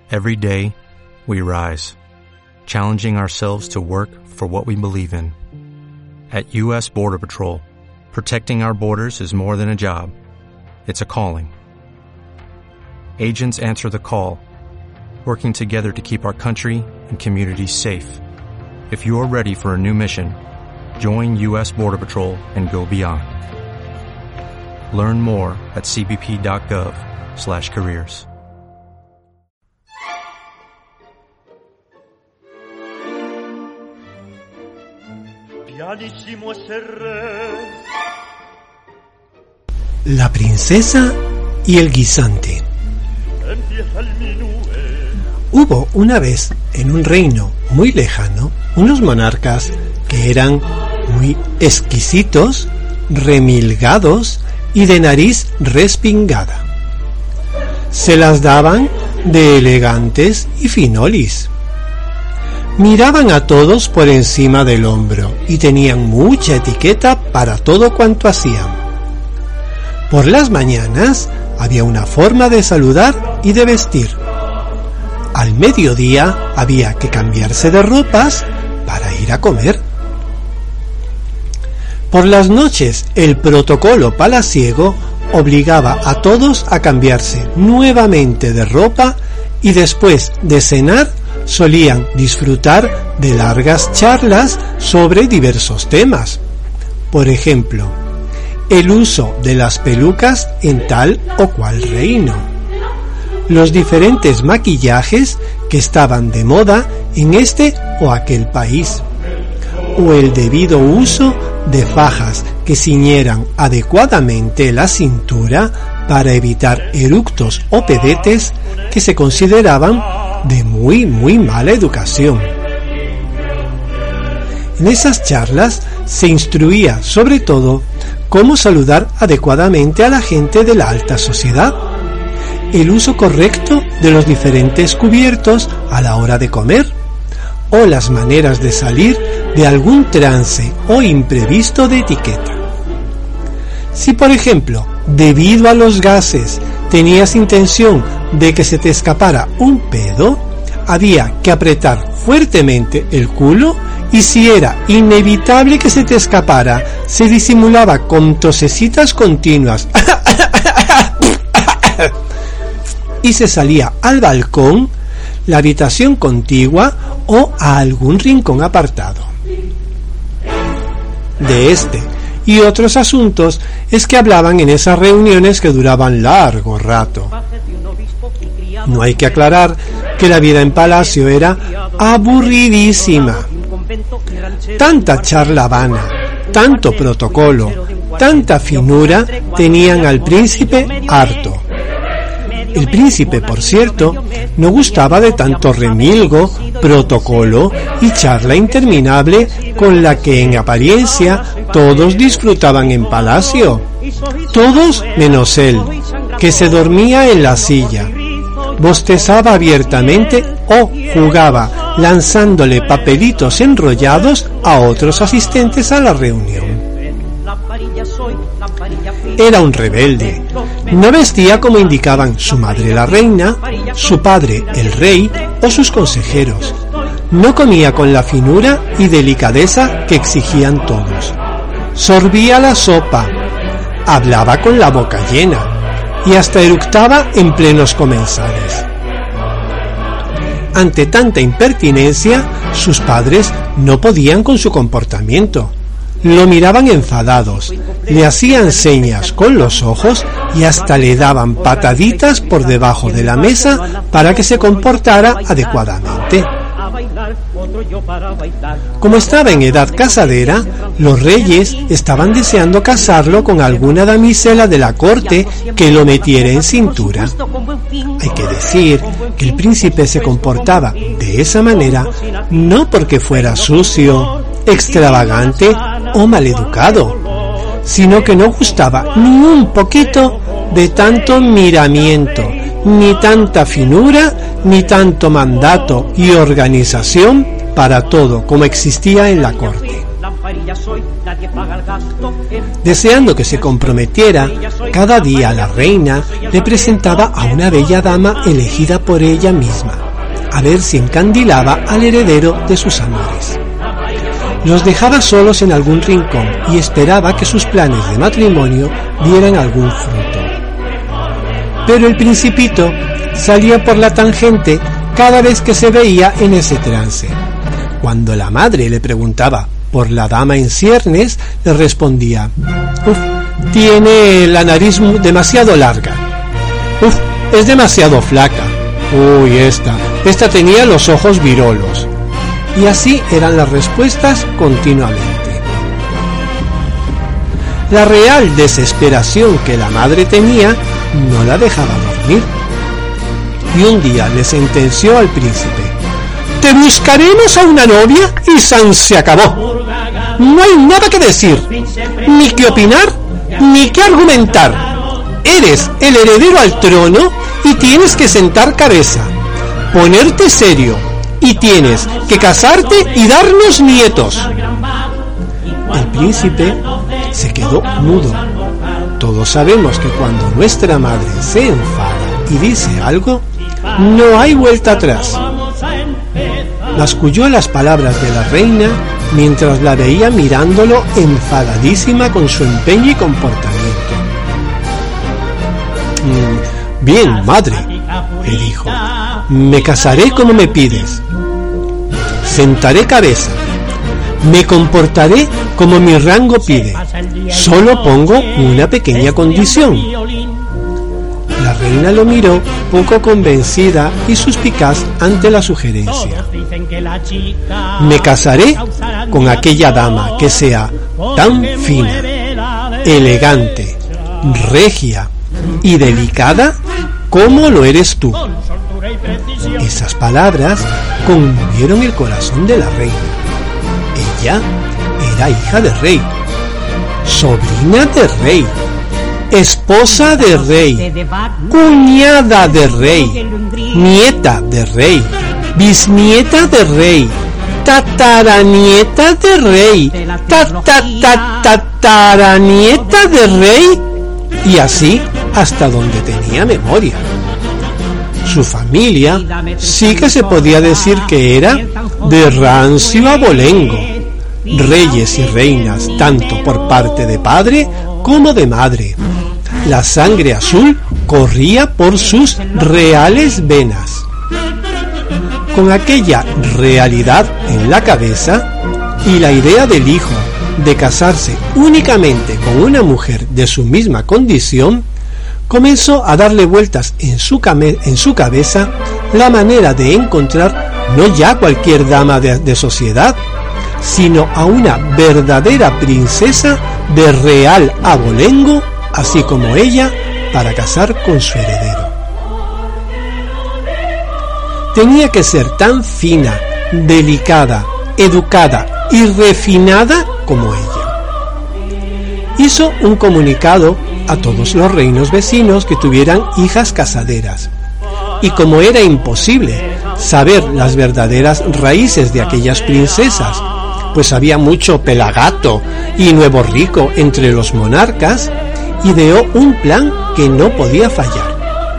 Every day, we rise, challenging ourselves to work for what we believe in. At U.S. Border Patrol, protecting our borders is more than a job. It's a calling. Agents answer the call, working together to keep our country and communities safe. If you are ready for a new mission, join U.S. Border Patrol and go beyond. Learn more at cbp.gov/careers. La princesa y el guisante. Hubo una vez en un reino muy lejano unos monarcas que eran muy exquisitos, remilgados y de nariz respingada. Se las daban de elegantes y finolis. Miraban a todos por encima del hombro y tenían mucha etiqueta para todo cuanto hacían. Por las mañanas había una forma de saludar y de vestir. Al mediodía había que cambiarse de ropas para ir a comer. Por las noches el protocolo palaciego obligaba a todos a cambiarse nuevamente de ropa y después de cenar solían disfrutar de largas charlas sobre diversos temas. Por ejemplo, el uso de las pelucas en tal o cual reino, los diferentes maquillajes que estaban de moda en este o aquel país, o el debido uso de fajas que ciñeran adecuadamente la cintura para evitar eructos o pedetes que se consideraban de muy mala educación. En esas charlas se instruía sobre todo cómo saludar adecuadamente a la gente de la alta sociedad, el uso correcto de los diferentes cubiertos a la hora de comer, o las maneras de salir de algún trance o imprevisto de etiqueta. Si, por ejemplo, debido a los gases tenías intención de que se te escapara un pedo, había que apretar fuertemente el culo, y si era inevitable que se te escapara, se disimulaba con tosecitas continuas y se salía al balcón, la habitación contigua o a algún rincón apartado. De este y otros asuntos es que hablaban en esas reuniones que duraban largo rato. No hay que aclarar que la vida en palacio era aburridísima. Tanta charla vana, tanto protocolo, tanta finura tenían al príncipe harto. El príncipe, por cierto, no gustaba de tanto remilgo, protocolo y charla interminable con la que en apariencia todos disfrutaban en palacio. Todos menos él, que se dormía en la silla, bostezaba abiertamente o jugaba lanzándole papelitos enrollados a otros asistentes a la reunión. Era un rebelde. No vestía como indicaban su madre la reina, su padre el rey o sus consejeros. No comía con la finura y delicadeza que exigían todos. Sorbía la sopa, hablaba con la boca llena y hasta eructaba en plenos comensales. Ante tanta impertinencia, sus padres no podían con su comportamiento. Lo miraban enfadados, le hacían señas con los ojos y hasta le daban pataditas por debajo de la mesa para que se comportara adecuadamente. Como estaba en edad casadera, los reyes estaban deseando casarlo con alguna damisela de la corte que lo metiera en cintura. Hay que decir que el príncipe se comportaba de esa manera no porque fuera sucio, extravagante o maleducado, sino que no gustaba ni un poquito de tanto miramiento, ni tanta finura, ni tanto mandato y organización para todo como existía en la corte. Deseando que se comprometiera, cada día la reina le presentaba a una bella dama elegida por ella misma. a ver si encandilaba al heredero de sus amores. Los dejaba solos en algún rincón y esperaba que sus planes de matrimonio dieran algún fruto. Pero el principito salía por la tangente cada vez que se veía en ese trance. Cuando la madre le preguntaba por la dama en ciernes, le respondía: «Uf, tiene la nariz demasiado larga. Uf, es demasiado flaca. Uy, esta tenía los ojos virolos». Y así eran las respuestas continuamente. La real desesperación que la madre tenía no la dejaba dormir. Y un día le sentenció al príncipe: «Te buscaremos a una novia y ¡san se acabó! No hay nada que decir, ni que opinar, ni que argumentar. Eres el heredero al trono y tienes que sentar cabeza, ponerte serio, y tienes que casarte y darnos nietos». El príncipe se quedó mudo. Todos sabemos que cuando nuestra madre se enfada y dice algo, no hay vuelta atrás. Masculló las palabras de la reina mientras la veía mirándolo enfadadísima con su empeño y comportamiento. «Bien, madre», le dijo, «me casaré como me pides. Sentaré cabeza. Me comportaré como mi rango pide. Solo pongo una pequeña condición». La reina lo miró poco convencida y suspicaz ante la sugerencia. «Me casaré con aquella dama que sea tan fina, elegante, regia y delicada como lo eres tú». Esas palabras conmovieron el corazón de la reina. Ella era hija de rey, sobrina de rey, esposa de rey, cuñada de rey, nieta de rey, bisnieta de rey, tataranieta de rey, tataranieta de rey, y así hasta donde tenía memoria. Su familia sí que se podía decir que era de rancio abolengo, reyes y reinas tanto por parte de padre como de madre. La sangre azul corría por sus reales venas. Con aquella realidad en la cabeza y la idea del hijo de casarse únicamente con una mujer de su misma condición, comenzó a darle vueltas en su cabeza la manera de encontrar no ya cualquier dama de sociedad, sino a una verdadera princesa de real abolengo, así como ella, para casar con su heredero. Tenía que ser tan fina, delicada, educada y refinada como ella. Hizo un comunicado a todos los reinos vecinos que tuvieran hijas casaderas, y como era imposible saber las verdaderas raíces de aquellas princesas, pues había mucho pelagato y nuevo rico entre los monarcas, ideó un plan que no podía fallar.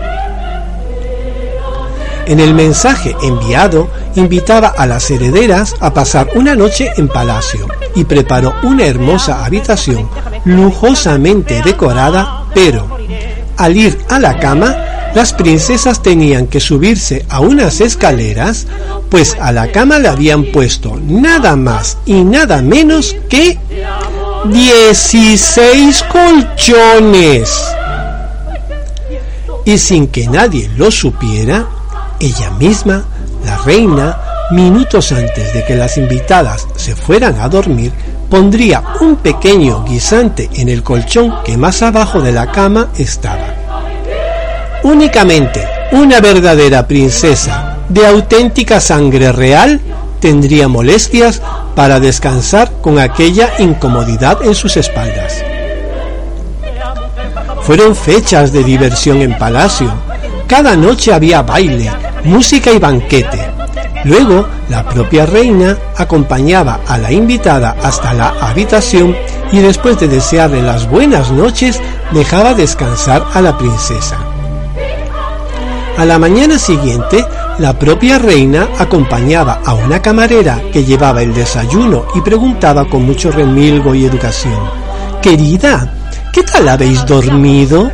En el mensaje enviado invitaba a las herederas a pasar una noche en palacio y preparó una hermosa habitación lujosamente decorada, pero al ir a la cama las princesas tenían que subirse a unas escaleras, pues a la cama le habían puesto nada más y nada menos que 16 colchones. Y sin que nadie lo supiera, ella misma, la reina, minutos antes de que las invitadas se fueran a dormir, pondría un pequeño guisante en el colchón que más abajo de la cama estaba. Únicamente una verdadera princesa de auténtica sangre real tendría molestias para descansar con aquella incomodidad en sus espaldas. Fueron fechas de diversión en palacio. Cada noche había baile, música y banquete. Luego, la propia reina acompañaba a la invitada hasta la habitación y después de desearle las buenas noches, dejaba descansar a la princesa. A la mañana siguiente, la propia reina acompañaba a una camarera que llevaba el desayuno y preguntaba con mucho remilgo y educación: «Querida, ¿qué tal habéis dormido?».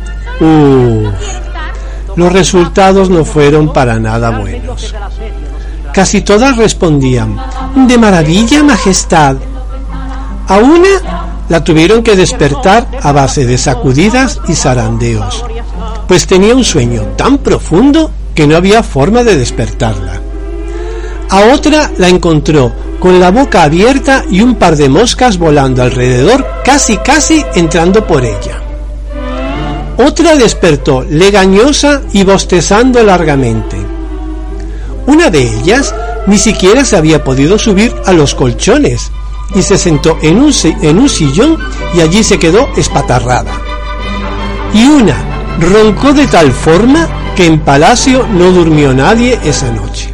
Los resultados no fueron para nada buenos. Casi todas respondían: «De maravilla, majestad». A una la tuvieron que despertar a base de sacudidas y zarandeos, pues tenía un sueño tan profundo que no había forma de despertarla. A otra la encontró con la boca abierta y un par de moscas volando alrededor, casi entrando por ella. Otra despertó legañosa y bostezando largamente. Una de ellas ni siquiera se había podido subir a los colchones y se sentó en un sillón y allí se quedó espatarrada. Y una roncó de tal forma que en palacio no durmió nadie esa noche.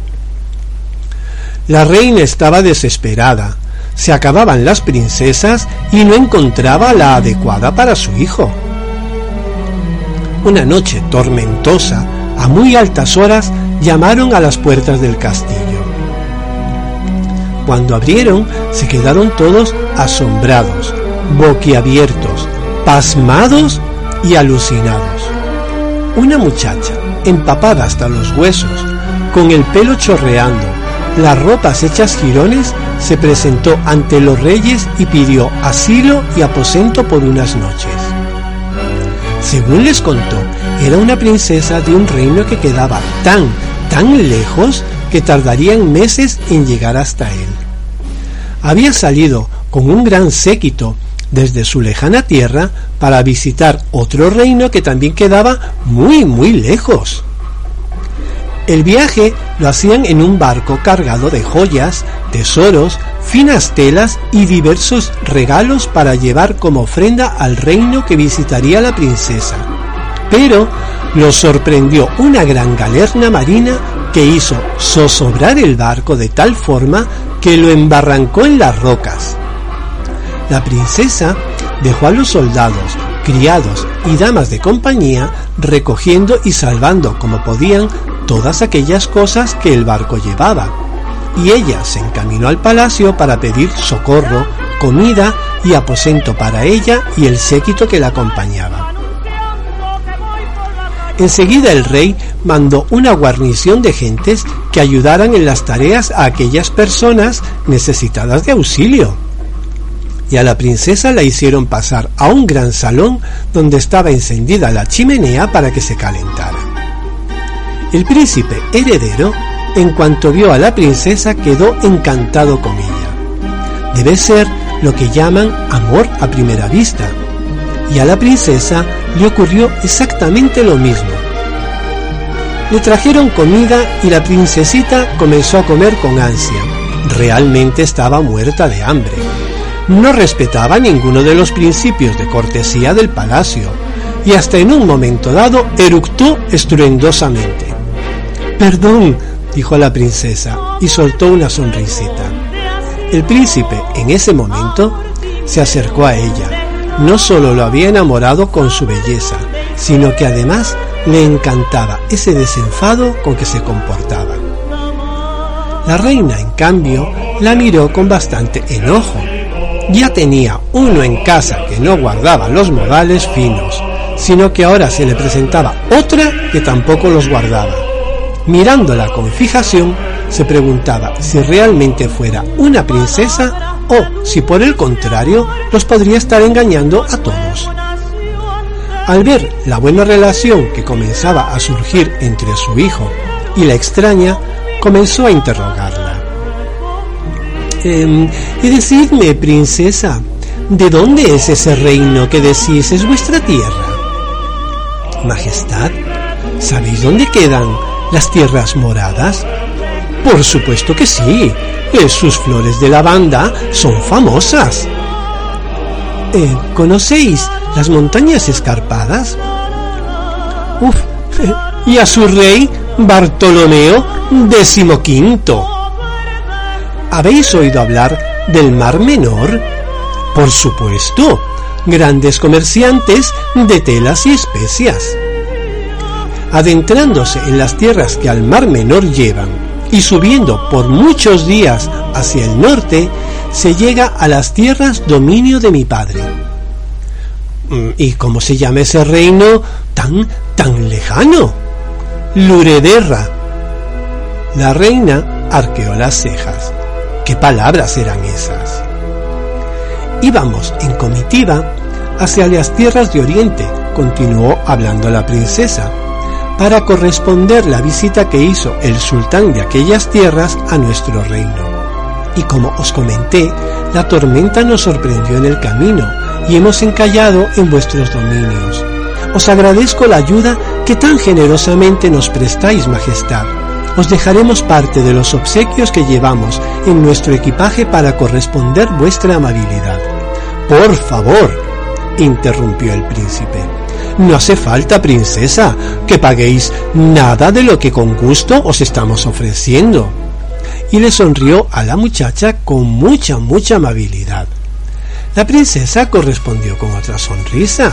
La reina estaba desesperada, se acababan las princesas y no encontraba la adecuada para su hijo. Una noche tormentosa, a muy altas horas, llamaron a las puertas del castillo. Cuando abrieron, se quedaron todos asombrados, boquiabiertos, pasmados y alucinados. Una muchacha, empapada hasta los huesos, con el pelo chorreando, las ropas hechas jirones, se presentó ante los reyes y pidió asilo y aposento por unas noches. Según les contó, era una princesa de un reino que quedaba tan lejos que tardarían meses en llegar hasta él. Había salido con un gran séquito desde su lejana tierra para visitar otro reino que también quedaba muy lejos. El viaje lo hacían en un barco cargado de joyas, tesoros, finas telas y diversos regalos para llevar como ofrenda al reino que visitaría la princesa. Pero los sorprendió una gran galerna marina que hizo zozobrar el barco de tal forma que lo embarrancó en las rocas. La princesa dejó a los soldados, criados y damas de compañía recogiendo y salvando como podían todas aquellas cosas que el barco llevaba, y ella se encaminó al palacio para pedir socorro, comida y aposento para ella y el séquito que la acompañaba. Enseguida el rey mandó una guarnición de gentes que ayudaran en las tareas a aquellas personas necesitadas de auxilio. Y a la princesa la hicieron pasar a un gran salón donde estaba encendida la chimenea para que se calentara. El príncipe heredero, en cuanto vio a la princesa, quedó encantado con ella. Debe ser lo que llaman amor a primera vista. Y a la princesa le ocurrió exactamente lo mismo. Le trajeron comida y la princesita comenzó a comer con ansia. Realmente estaba muerta de hambre. No respetaba ninguno de los principios de cortesía del palacio y hasta en un momento dado eructó estruendosamente. «Perdón», dijo la princesa y soltó una sonrisita. El príncipe en ese momento se acercó a ella. No solo lo había enamorado con su belleza, sino que además le encantaba ese desenfado con que se comportaba. La reina, en cambio, la miró con bastante enojo. Ya tenía uno en casa que no guardaba los modales finos, sino que ahora se le presentaba otra que tampoco los guardaba. Mirándola con fijación, se preguntaba si realmente fuera una princesa o si por el contrario los podría estar engañando a todos. Al ver la buena relación que comenzaba a surgir entre su hijo y la extraña, comenzó a interrogarla. Y decidme, princesa, ¿de dónde es ese reino que decís es vuestra tierra? Majestad, ¿sabéis dónde quedan las tierras moradas? Por supuesto que sí, sus flores de lavanda son famosas. ¿Conocéis las montañas escarpadas? Y a su rey Bartolomeo XV. ¿Habéis oído hablar del Mar Menor? Por supuesto, grandes comerciantes de telas y especias. adentrándose en las tierras que al Mar Menor llevan y subiendo por muchos días hacia el norte, se llega a las tierras dominio de mi padre. ¿Y cómo se llama ese reino tan lejano? Lurederra. La reina arqueó las cejas. ¿Qué palabras eran esas? Íbamos en comitiva hacia las tierras de Oriente, continuó hablando la princesa, para corresponder la visita que hizo el sultán de aquellas tierras a nuestro reino. Y como os comenté, la tormenta nos sorprendió en el camino y hemos encallado en vuestros dominios. Os agradezco la ayuda que tan generosamente nos prestáis, majestad. Os dejaremos parte de los obsequios que llevamos en nuestro equipaje para corresponder vuestra amabilidad. Por favor, interrumpió el príncipe. No hace falta, princesa, que paguéis nada de lo que con gusto os estamos ofreciendo. Y le sonrió a la muchacha con mucha amabilidad. La princesa correspondió con otra sonrisa.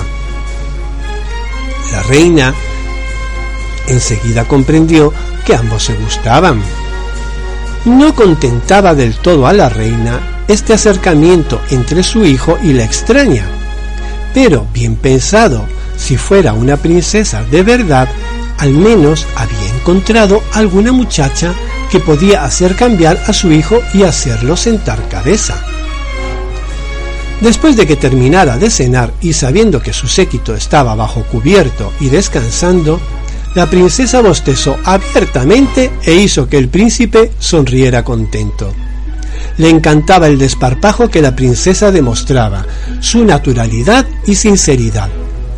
La reina enseguida comprendió que ambos se gustaban. No contentaba del todo a la reina este acercamiento entre su hijo y la extraña, pero bien pensado, si fuera una princesa de verdad, al menos había encontrado alguna muchacha que podía hacer cambiar a su hijo y hacerlo sentar cabeza. Después de que terminara de cenar y sabiendo que su séquito estaba bajo cubierto y descansando, la princesa bostezó abiertamente e hizo que el príncipe sonriera contento. Le encantaba el desparpajo que la princesa demostraba, su naturalidad y sinceridad.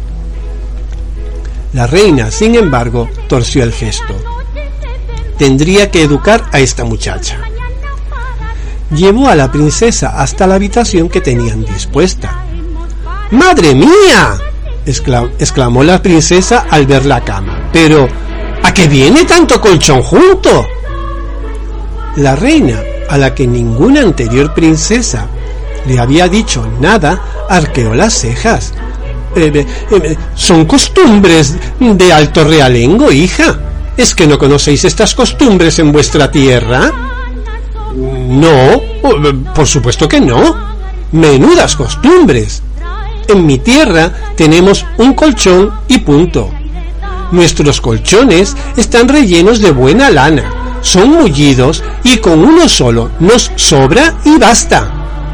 La reina, sin embargo, torció el gesto. Tendría que educar a esta muchacha. Llevó a la princesa hasta la habitación que tenían dispuesta. ¡Madre mía!, exclamó la princesa al ver la cama. «¿Pero a qué viene tanto colchón junto?» La reina, a la que ninguna anterior princesa le había dicho nada, arqueó las cejas. «Son costumbres de alto realengo, hija. ¿Es que no conocéis estas costumbres en vuestra tierra?» «No, por supuesto que no. Menudas costumbres. En mi tierra tenemos un colchón y punto. Nuestros colchones están rellenos de buena lana, son mullidos y con uno solo nos sobra y basta».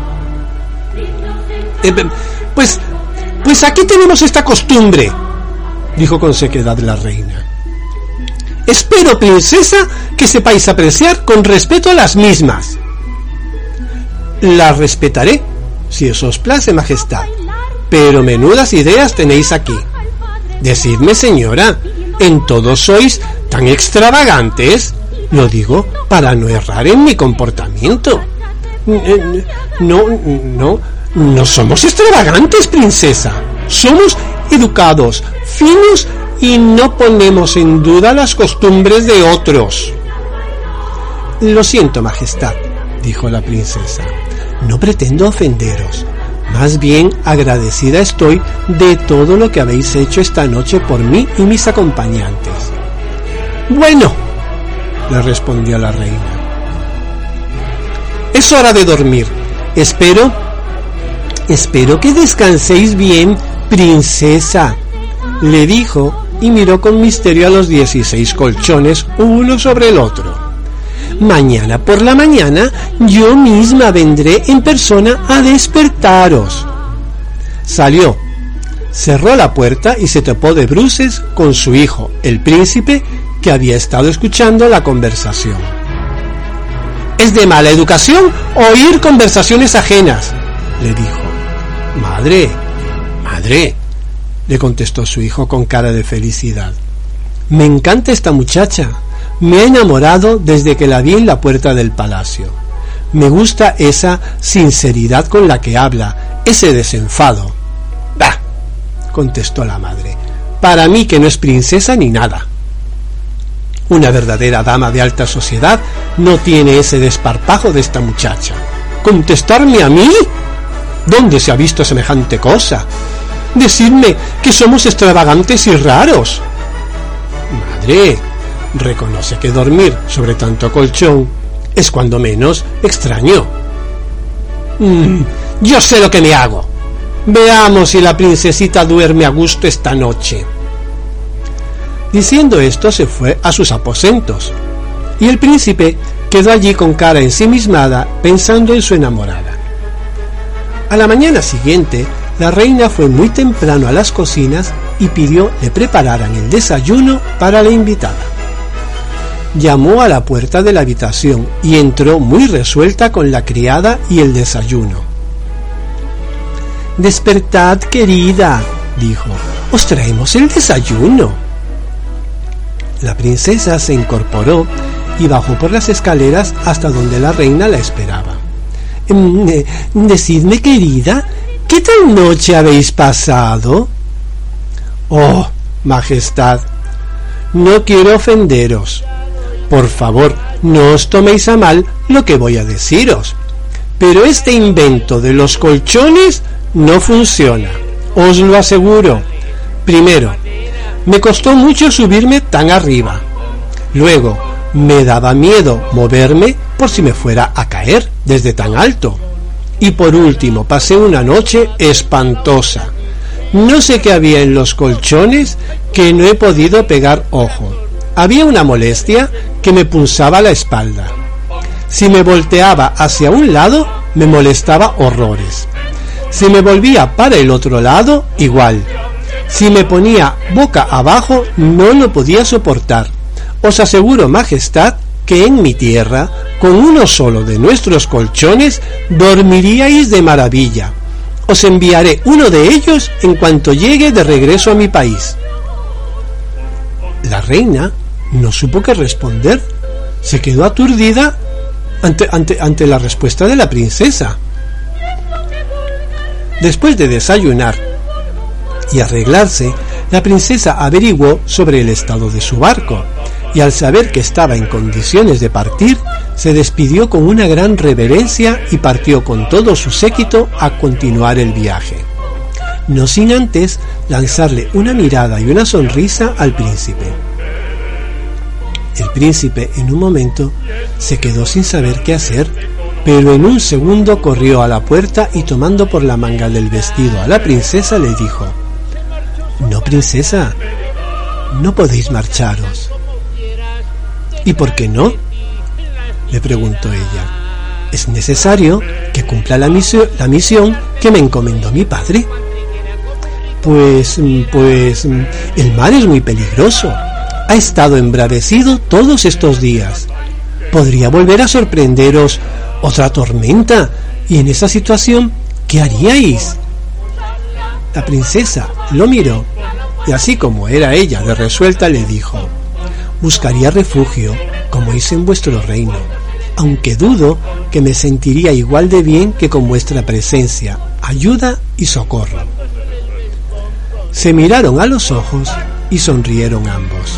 Pues aquí tenemos esta costumbre», dijo con sequedad la reina. «Espero, princesa, que sepáis apreciar con respeto a las mismas». «Las respetaré, si eso os place, majestad, pero menudas ideas tenéis aquí. Decidme, señora, ¿en todo sois tan extravagantes? Lo digo para no errar en mi comportamiento». No somos extravagantes, princesa. Somos educados, finos y no ponemos en duda las costumbres de otros». «Lo siento, majestad», dijo la princesa. «No pretendo ofenderos. Más bien agradecida estoy de todo lo que habéis hecho esta noche por mí y mis acompañantes». «Bueno», le respondió la reina, «es hora de dormir. Espero que descanséis bien, princesa», le dijo y miró con misterio a los 16 colchones uno sobre el otro. «Mañana por la mañana yo misma vendré en persona a despertaros». Salió, cerró la puerta y se topó de bruces con su hijo, el príncipe, que había estado escuchando la conversación. «Es de mala educación oír conversaciones ajenas», le dijo. Madre, le contestó su hijo con cara de felicidad. «Me encanta esta muchacha. Me ha enamorado desde que la vi en la puerta del palacio. Me gusta esa sinceridad con la que habla, ese desenfado». «Bah», contestó la madre, «para mí que no es princesa ni nada. Una verdadera dama de alta sociedad no tiene ese desparpajo de esta muchacha. ¿Contestarme a mí? ¿Dónde se ha visto semejante cosa? Decidme que somos extravagantes y raros». padre, reconoce que dormir sobre tanto colchón es cuando menos extraño. Yo sé lo que me hago. Veamos si la princesita duerme a gusto esta noche. Diciendo esto se fue a sus aposentos, y el príncipe quedó allí con cara ensimismada pensando en su enamorada. A la mañana siguiente, la reina fue muy temprano a las cocinas y pidió le prepararan el desayuno para la invitada. Llamó a la puerta de la habitación y entró muy resuelta con la criada y el desayuno. «Despertad, querida», dijo, «os traemos el desayuno». La princesa se incorporó y bajó por las escaleras hasta donde la reina la esperaba. «Decidme, querida, ¿qué tal noche habéis pasado?» «Oh, majestad, no quiero ofenderos. Por favor, no os toméis a mal lo que voy a deciros, pero este invento de los colchones no funciona, os lo aseguro. Primero, me costó mucho subirme tan arriba. Luego, me daba miedo moverme por si me fuera a caer desde tan alto. Y por último, pasé una noche espantosa. No sé qué había en los colchones que no he podido pegar ojo. Había una molestia que me punzaba la espalda. Si me volteaba hacia un lado, me molestaba horrores. Si me volvía para el otro lado, igual. Si me ponía boca abajo, no lo podía soportar. Os aseguro, majestad, que en mi tierra, con uno solo de nuestros colchones, dormiríais de maravilla. Os enviaré uno de ellos en cuanto llegue de regreso a mi país. La reina no supo qué responder. Se quedó aturdida ante la respuesta de la princesa. Después de desayunar y arreglarse, la princesa averiguó sobre el estado de su barco, y al saber que estaba en condiciones de partir, se despidió con una gran reverencia y partió con todo su séquito a continuar el viaje, no sin antes lanzarle una mirada y una sonrisa al príncipe. El príncipe en un momento se quedó sin saber qué hacer, pero en un segundo corrió a la puerta y tomando por la manga del vestido a la princesa le dijo: «No, princesa, no podéis marcharos». «¿Y por qué no?», le preguntó ella. «Es necesario que cumpla la misión que me encomendó mi padre». Pues el mar es muy peligroso. Ha estado embravecido todos estos días. Podría volver a sorprenderos otra tormenta, y en esa situación, ¿qué haríais?». La princesa lo miró y así como era ella de resuelta le dijo: «Buscaría refugio, como hice en vuestro reino, aunque dudo que me sentiría igual de bien que con vuestra presencia, ayuda y socorro». Se miraron a los ojos y sonrieron ambos.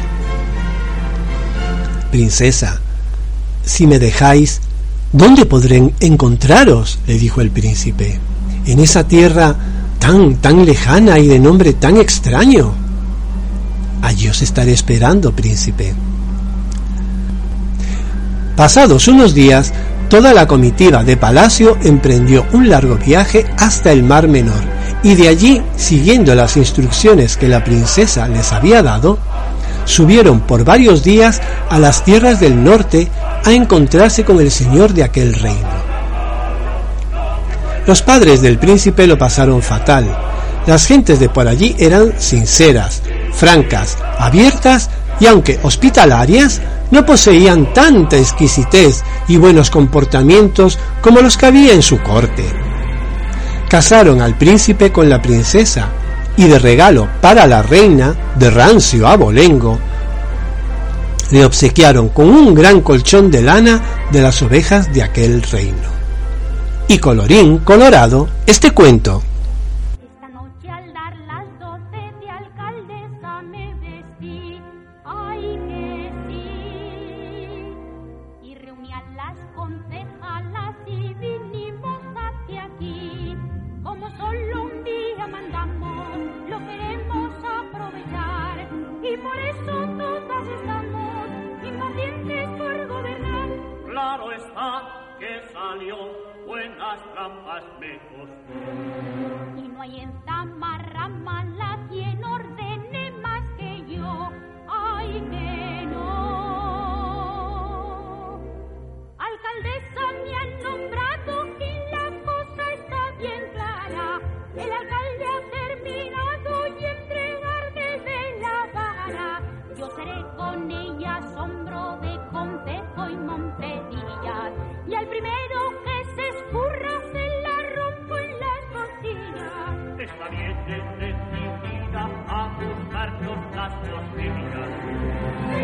«Princesa, si me dejáis, ¿dónde podré encontraros?», le dijo el príncipe, «en esa tierra tan lejana y de nombre tan extraño». «Allí os estaré esperando, príncipe». Pasados unos días, toda la comitiva de palacio emprendió un largo viaje hasta el Mar Menor, y de allí, siguiendo las instrucciones que la princesa les había dado, subieron por varios días a las tierras del norte a encontrarse con el señor de aquel reino. Los padres del príncipe lo pasaron fatal. Las gentes de por allí eran sinceras, francas, abiertas y, aunque hospitalarias, no poseían tanta exquisitez y buenos comportamientos como los que había en su corte. Casaron al príncipe con la princesa y de regalo para la reina, de rancio abolengo, le obsequiaron con un gran colchón de lana de las ovejas de aquel reino. Y colorín colorado, este cuento. Esta noche al dar las 12 de alcaldesa me vestí, ay que sí, y reuní a las concejalas y vinimos hacia aquí. Como solo un día mandamos, lo queremos aprovechar, y por eso todas verdad que salió, buenas trampas me costó. Y no hay en Zamarrama la quien ordene más que yo, ay que no. Alcaldesa me han nombrado y la cosa está bien clara. El alcalde ha terminado y entregar debe la vara. Yo seré con ella sombro de Concejo y Montedillas, y al primero que se escurra se la rompo en las costillas. Está bien decidida a buscarnos las costillas.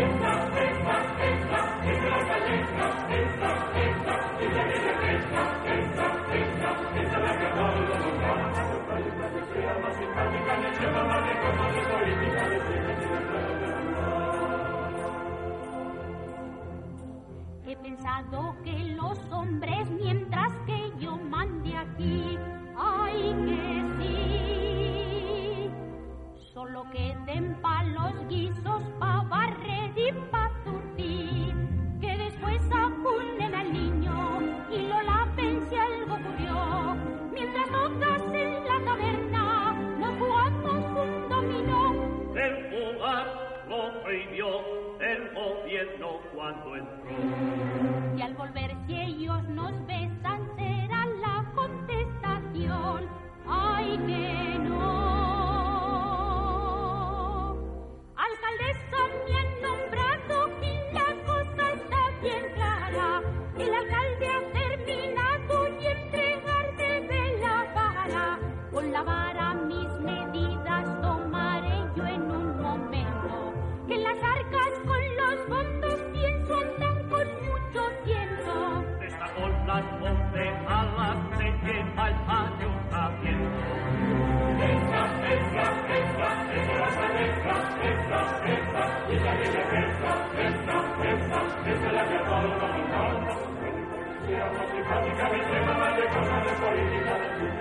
He pensado que los hombres, mientras que yo mande aquí, ay que sí, solo queden pa' los guisos, pa' barrer y pa' zurdir, que después acunen al niño y lo laven si algo ocurrió, mientras otras en la taberna nos jugamos un dominó. El jugar lo prohibió el gobierno cuando entró. Y al volver si ellos nos besan será la contestación, ay que no. Alcaldesa me han nombrado y la cosa está bien clara. El alcalde ha terminado y entregar debe la vara. Con la vara mis medidas tomaré yo en un momento, que las arcas con los fondos pienso andan con mucho tiempo. Está con las concejalas se lleva el ayuntamiento. Esa